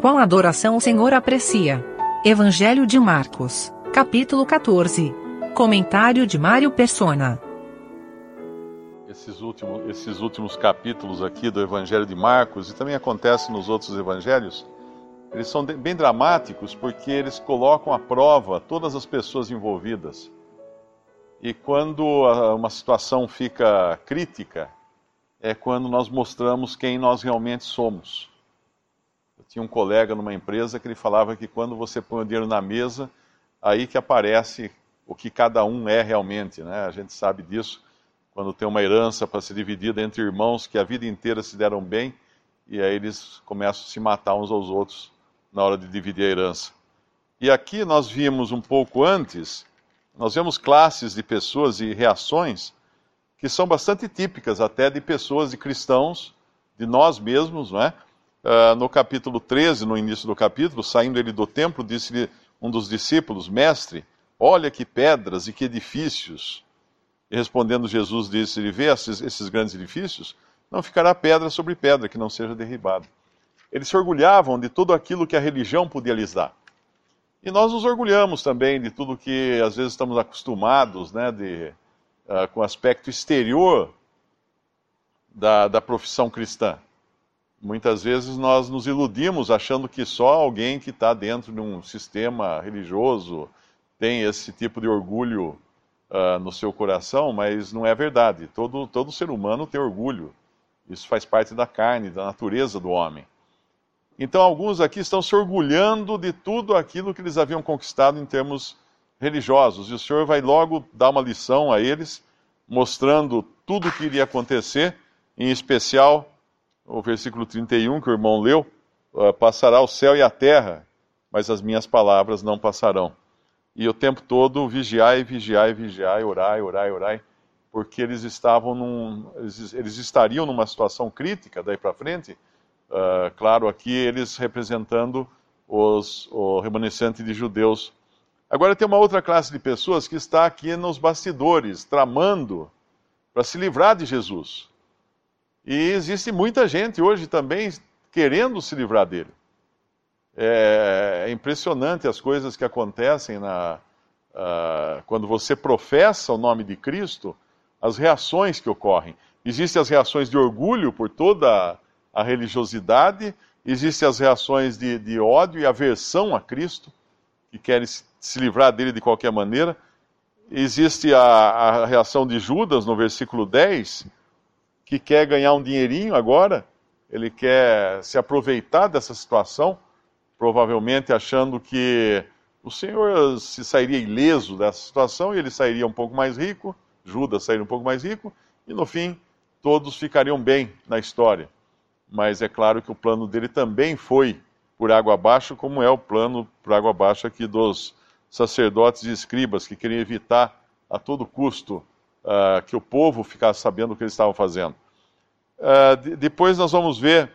Qual adoração o Senhor aprecia? Evangelho de Marcos, capítulo 14. Comentário de Mário Persona. Esses últimos capítulos aqui do Evangelho de Marcos, e também acontece nos outros evangelhos, eles são bem dramáticos porque eles colocam à prova todas as pessoas envolvidas. E quando uma situação fica crítica, é quando nós mostramos quem nós realmente somos. Eu tinha um colega numa empresa que ele falava que quando você põe o dinheiro na mesa, aí que aparece o que cada um é realmente, né? A gente sabe disso, quando tem uma herança para ser dividida entre irmãos que a vida inteira se deram bem, e aí eles começam a se matar uns aos outros na hora de dividir a herança. E aqui nós vimos um pouco antes, nós vemos classes de pessoas e reações que são bastante típicas até de pessoas, de cristãos, de nós mesmos, não é? No capítulo 13, no início do capítulo, saindo ele do templo, disse-lhe um dos discípulos: Mestre, olha que pedras e que edifícios. E respondendo Jesus, disse-lhe: Vê esses grandes edifícios? Não ficará pedra sobre pedra que não seja derribada. Eles se orgulhavam de tudo aquilo que a religião podia lhes dar. E nós nos orgulhamos também de tudo que às vezes estamos acostumados, né, com o aspecto exterior da profissão cristã. Muitas vezes nós nos iludimos achando que só alguém que está dentro de um sistema religioso tem esse tipo de orgulho no seu coração, mas não é verdade. Todo ser humano tem orgulho. Isso faz parte da carne, da natureza do homem. Então alguns aqui estão se orgulhando de tudo aquilo que eles haviam conquistado em termos religiosos. E o Senhor vai logo dar uma lição a eles, mostrando tudo o que iria acontecer, em especial o versículo 31 que o irmão leu: passará o céu e a terra, mas as minhas palavras não passarão. E o tempo todo vigiai, vigiai, vigiai, orai, orai, orai, porque eles estariam numa situação crítica daí para frente. Claro, aqui eles representando o remanescente de judeus. Agora tem uma outra classe de pessoas que está aqui nos bastidores, tramando para se livrar de Jesus. E existe muita gente hoje também querendo se livrar dele. É impressionante as coisas que acontecem quando você professa o nome de Cristo, as reações que ocorrem. Existem as reações de orgulho por toda a religiosidade, existem as reações de ódio e aversão a Cristo, que querem se livrar dele de qualquer maneira. Existe a reação de Judas, no versículo 10, que quer ganhar um dinheirinho agora, ele quer se aproveitar dessa situação, provavelmente achando que o Senhor se sairia ileso dessa situação e ele sairia um pouco mais rico, Judas sairia um pouco mais rico, e no fim todos ficariam bem na história. Mas é claro que o plano dele também foi por água abaixo, como é o plano por água abaixo aqui dos sacerdotes e escribas, que queriam evitar a todo custo que o povo ficasse sabendo o que eles estavam fazendo. Depois nós vamos ver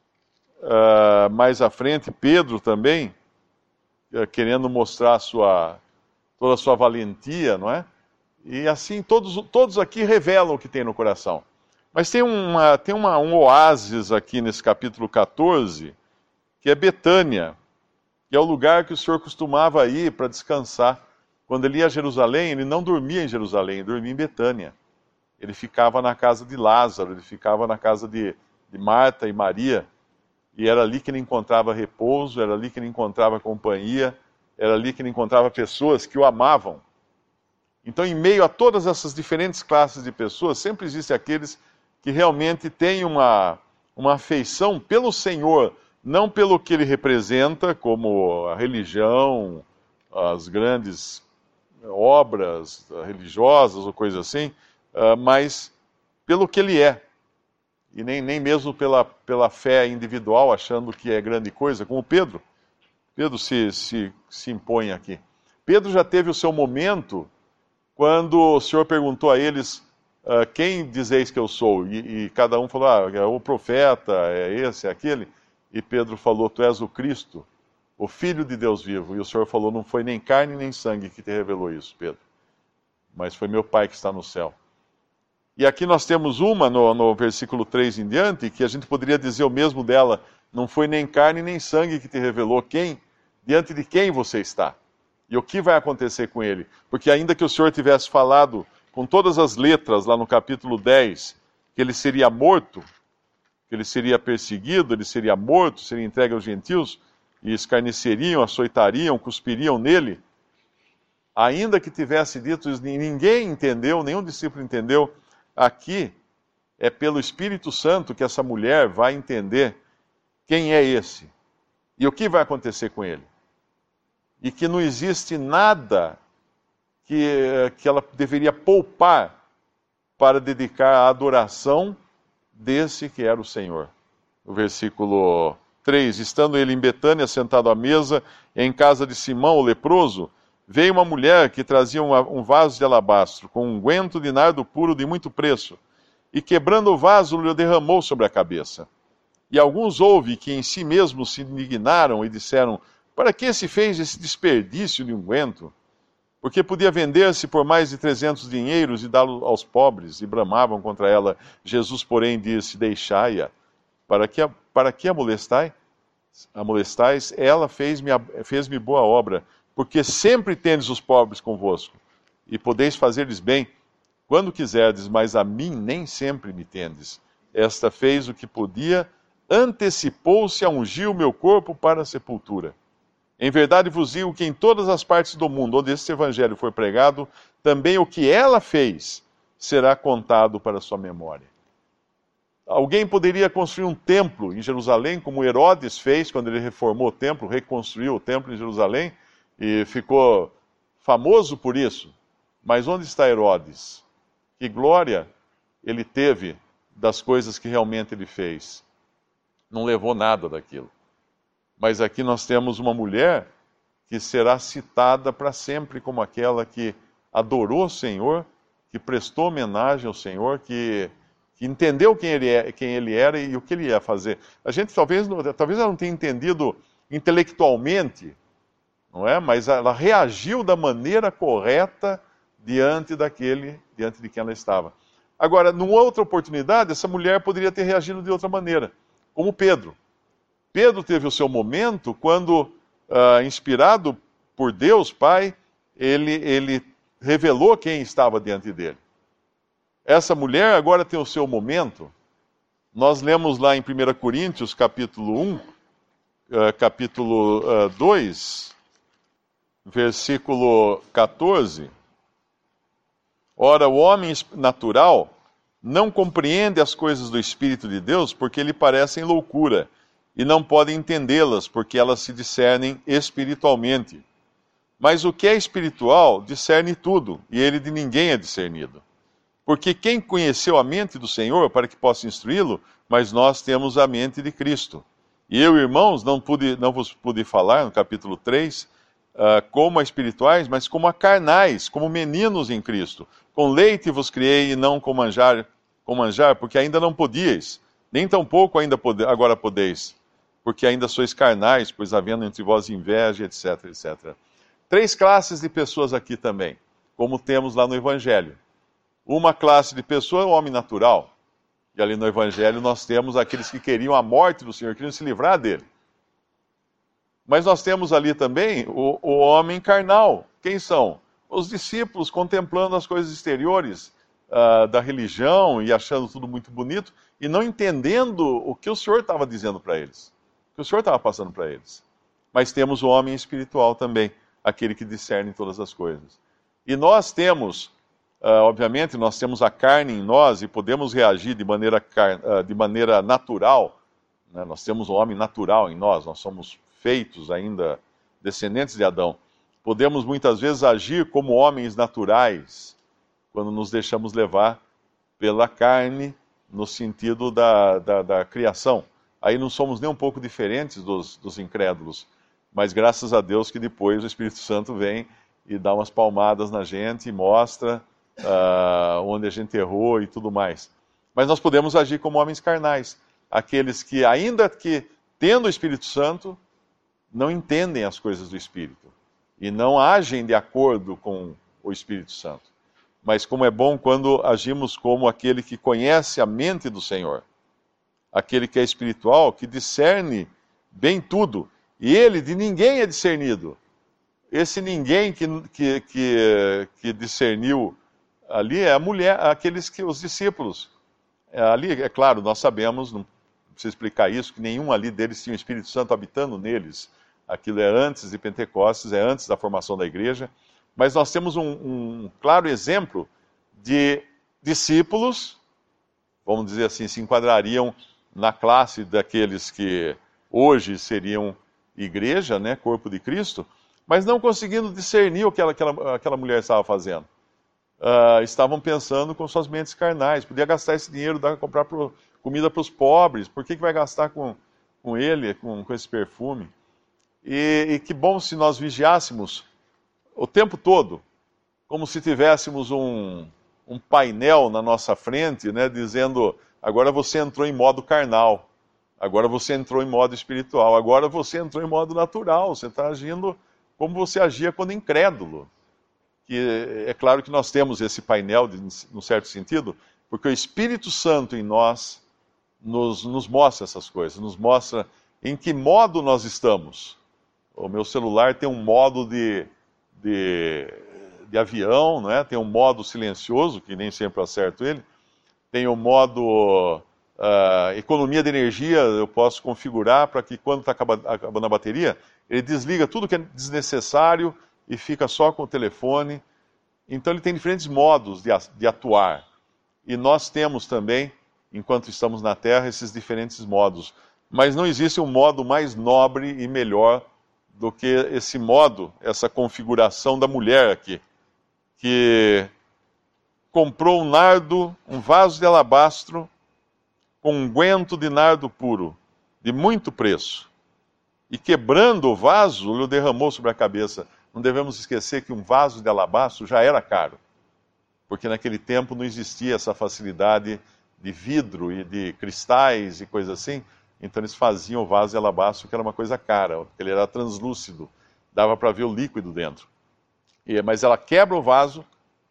mais à frente Pedro também, querendo mostrar toda a sua valentia, não é? E assim todos aqui revelam o que tem no coração. Mas tem um oásis aqui nesse capítulo 14, que é Betânia, que é o lugar que o Senhor costumava ir para descansar. Quando ele ia a Jerusalém, ele não dormia em Jerusalém, ele dormia em Betânia. Ele ficava na casa de Lázaro, ele ficava na casa de Marta e Maria, e era ali que ele encontrava repouso, era ali que ele encontrava companhia, era ali que ele encontrava pessoas que o amavam. Então, em meio a todas essas diferentes classes de pessoas, sempre existem aqueles que realmente têm uma afeição pelo Senhor, não pelo que ele representa, como a religião, as grandes obras religiosas ou coisa assim, mas pelo que ele é. E nem mesmo pela fé individual, achando que é grande coisa, como Pedro. Pedro se impõe aqui. Pedro já teve o seu momento quando o Senhor perguntou a eles: quem dizeis que eu sou? E cada um falou: é o profeta, é esse, é aquele. E Pedro falou: tu és o Cristo, o Filho de Deus vivo. E o Senhor falou: não foi nem carne nem sangue que te revelou isso, Pedro, mas foi meu Pai que está no céu. E aqui nós temos uma, no versículo 3 em diante, que a gente poderia dizer o mesmo dela Não foi nem carne nem sangue que te revelou diante de quem você está. E o que vai acontecer com ele? Porque ainda que o Senhor tivesse falado com todas as letras lá no capítulo 10, que ele seria morto, que ele seria perseguido, ele seria morto, seria entregue aos gentios, e escarneceriam, açoitariam, cuspiriam nele, ainda que tivesse dito isso, ninguém entendeu, nenhum discípulo entendeu. Aqui é pelo Espírito Santo que essa mulher vai entender quem é esse e o que vai acontecer com ele. E que não existe nada que ela deveria poupar para dedicar à adoração desse que era o Senhor. O versículo 3, estando ele em Betânia, sentado à mesa, em casa de Simão, o leproso, veio uma mulher que trazia um vaso de alabastro, com um unguento de nardo puro de muito preço, e quebrando o vaso, lhe derramou sobre a cabeça. E alguns houve que em si mesmos se indignaram e disseram, para que se fez esse desperdício de unguento? Porque podia vender-se por mais de 300 dinheiros e dá-lo aos pobres, e bramavam contra ela. Jesus, porém, disse, deixai-a, para que a molestais? Ela fez-me boa obra, porque sempre tendes os pobres convosco, e podeis fazer-lhes bem, quando quiserdes, mas a mim nem sempre me tendes. Esta fez o que podia, antecipou-se a ungir o meu corpo para a sepultura. Em verdade vos digo que em todas as partes do mundo onde este evangelho for pregado, também o que ela fez será contado para sua memória. Alguém poderia construir um templo em Jerusalém, como Herodes fez quando ele reformou o templo, reconstruiu o templo em Jerusalém, e ficou famoso por isso. Mas onde está Herodes? Que glória ele teve das coisas que realmente ele fez? Não levou nada daquilo. Mas aqui nós temos uma mulher que será citada para sempre como aquela que adorou o Senhor, que prestou homenagem ao Senhor, que entendeu quem ele era e o que ele ia fazer. A gente talvez ela não tenha entendido intelectualmente, não é? Mas ela reagiu da maneira correta diante de quem ela estava. Agora, numa outra oportunidade, essa mulher poderia ter reagido de outra maneira, como Pedro. Pedro teve o seu momento quando, inspirado por Deus Pai, ele revelou quem estava diante dele. Essa mulher agora tem o seu momento. Nós lemos lá em 1 Coríntios, capítulo 1, capítulo 2, versículo 14. Ora, o homem natural não compreende as coisas do Espírito de Deus porque lhe parecem loucura, e não pode entendê-las, porque elas se discernem espiritualmente. Mas o que é espiritual discerne tudo, e ele de ninguém é discernido. Porque quem conheceu a mente do Senhor para que possa instruí-lo, mas nós temos a mente de Cristo. E eu, irmãos, não vos pude falar, no capítulo 3, como a espirituais, mas como a carnais, como meninos em Cristo. Com leite vos criei e não com manjar, porque ainda não podíeis, nem tampouco agora podeis, porque ainda sois carnais, pois havendo entre vós inveja, etc, etc. 3 classes de pessoas aqui também, como temos lá no Evangelho. Uma classe de pessoa é o homem natural, e ali no Evangelho nós temos aqueles que queriam a morte do Senhor, queriam se livrar dele. Mas nós temos ali também o homem carnal. Quem são? Os discípulos contemplando as coisas exteriores da religião e achando tudo muito bonito e não entendendo o que o Senhor estava dizendo para eles, o que o Senhor estava passando para eles. Mas temos o homem espiritual também, aquele que discerne todas as coisas. E nós temos, obviamente, nós temos a carne em nós e podemos reagir de maneira natural. Né? Nós temos o homem natural em nós somos feitos ainda descendentes de Adão. Podemos muitas vezes agir como homens naturais, quando nos deixamos levar pela carne, no sentido da criação. Aí não somos nem um pouco diferentes dos incrédulos, mas graças a Deus que depois o Espírito Santo vem e dá umas palmadas na gente e mostra onde a gente errou e tudo mais. Mas nós podemos agir como homens carnais, aqueles que, ainda que tendo o Espírito Santo, não entendem as coisas do Espírito e não agem de acordo com o Espírito Santo. Mas como é bom quando agimos como aquele que conhece a mente do Senhor. aquele que é espiritual, que discerne bem tudo. E ele de ninguém é discernido. Esse ninguém que discerniu ali é a mulher, os discípulos. Ali, é claro, nós sabemos, não precisa explicar isso, que nenhum ali deles tinha o Espírito Santo habitando neles. Aquilo é antes de Pentecostes, é antes da formação da igreja. Mas nós temos um claro exemplo de discípulos, vamos dizer assim, se enquadrariam na classe daqueles que hoje seriam igreja, né, corpo de Cristo, mas não conseguindo discernir o que aquela mulher estava fazendo. Estavam pensando com suas mentes carnais. Podia gastar esse dinheiro, comprar comida para os pobres. Por que vai gastar com ele, com esse perfume? E que bom se nós vigiássemos o tempo todo, como se tivéssemos um painel na nossa frente, né, dizendo: agora você entrou em modo carnal, agora você entrou em modo espiritual, agora você entrou em modo natural, você está agindo como você agia quando incrédulo. Que é claro que nós temos esse painel, num certo sentido, porque o Espírito Santo em nós nos mostra essas coisas, nos mostra em que modo nós estamos. O meu celular tem um modo de avião, não é? Tem um modo silencioso, que nem sempre eu acerto ele, tem o modo economia de energia, eu posso configurar para que quando está acabando a bateria, ele desliga tudo que é desnecessário e fica só com o telefone. Então ele tem diferentes modos de atuar. E nós temos também, enquanto estamos na Terra, esses diferentes modos. Mas não existe um modo mais nobre e melhor do que esse modo, essa configuração da mulher aqui, que comprou um vaso de alabastro com unguento de nardo puro, de muito preço, e quebrando o vaso, lhe derramou sobre a cabeça. Não devemos esquecer que um vaso de alabastro já era caro, porque naquele tempo não existia essa facilidade de vidro e de cristais e coisas assim. Então eles faziam o vaso de alabastro, que era uma coisa cara, porque ele era translúcido, dava para ver o líquido dentro. Mas ela quebra o vaso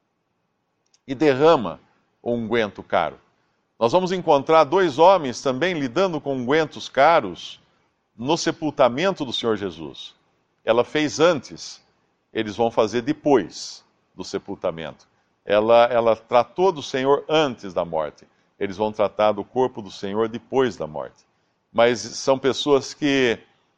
e derrama o unguento caro. Nós vamos encontrar dois homens também lidando com ungüentos caros no sepultamento do Senhor Jesus. Ela fez antes, eles vão fazer depois do sepultamento. Ela tratou do Senhor antes da morte, eles vão tratar do corpo do Senhor depois da morte. Mas são pessoas que,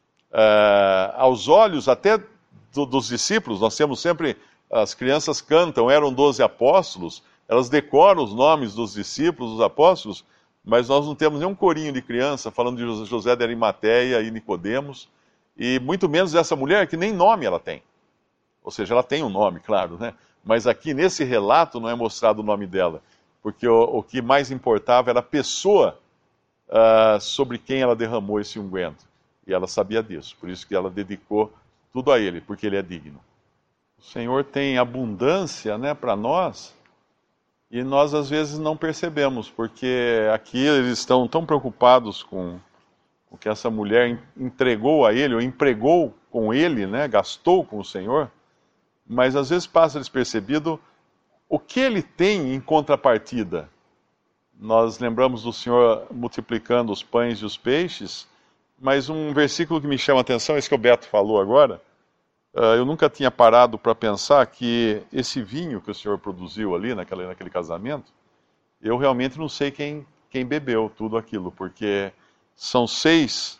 aos olhos até dos discípulos, nós temos sempre, as crianças cantam, eram 12 apóstolos, elas decoram os nomes dos discípulos, dos apóstolos, mas nós não temos nenhum corinho de criança falando de José de Arimateia e Nicodemos, e muito menos dessa mulher que nem nome ela tem. Ou seja, ela tem um nome, claro, né? Mas aqui nesse relato não é mostrado o nome dela, porque o que mais importava era a pessoa sobre quem ela derramou esse unguento. E ela sabia disso, por isso que ela dedicou tudo a ele, porque ele é digno. O Senhor tem abundância, né, para nós, e nós às vezes não percebemos, porque aqui eles estão tão preocupados com o que essa mulher entregou a ele, ou empregou com ele, né, gastou com o Senhor, mas às vezes passa despercebido o que ele tem em contrapartida. Nós lembramos do Senhor multiplicando os pães e os peixes, mas um versículo que me chama a atenção, esse que o Beto falou agora, eu nunca tinha parado para pensar que esse vinho que o Senhor produziu ali naquele casamento, eu realmente não sei quem bebeu tudo aquilo, porque são seis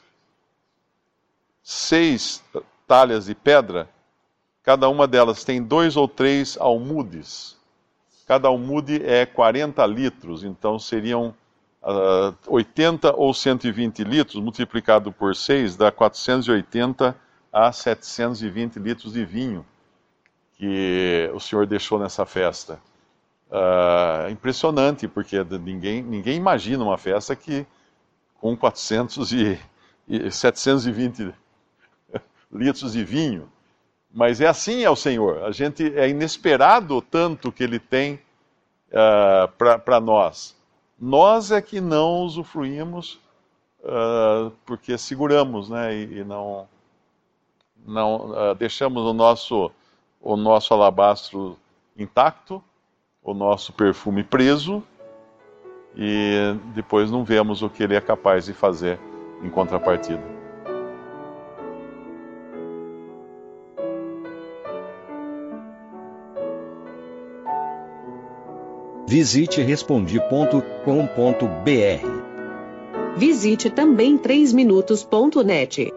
talhas de pedra, cada uma delas tem 2 ou 3 almudes. Cada almude é 40 litros, então seriam 80 ou 120 litros, multiplicado por 6, dá 480 a 720 litros de vinho que o Senhor deixou nessa festa. Impressionante, porque ninguém imagina uma festa com 720 litros de vinho. Mas é assim é o Senhor. A gente é inesperado tanto que Ele tem para nós. Nós é que não usufruímos porque seguramos, né? E não deixamos o nosso alabastro intacto, o nosso perfume preso, e depois não vemos o que ele é capaz de fazer em contrapartida. Visite Respondi.com.br. Visite também 3minutos.net.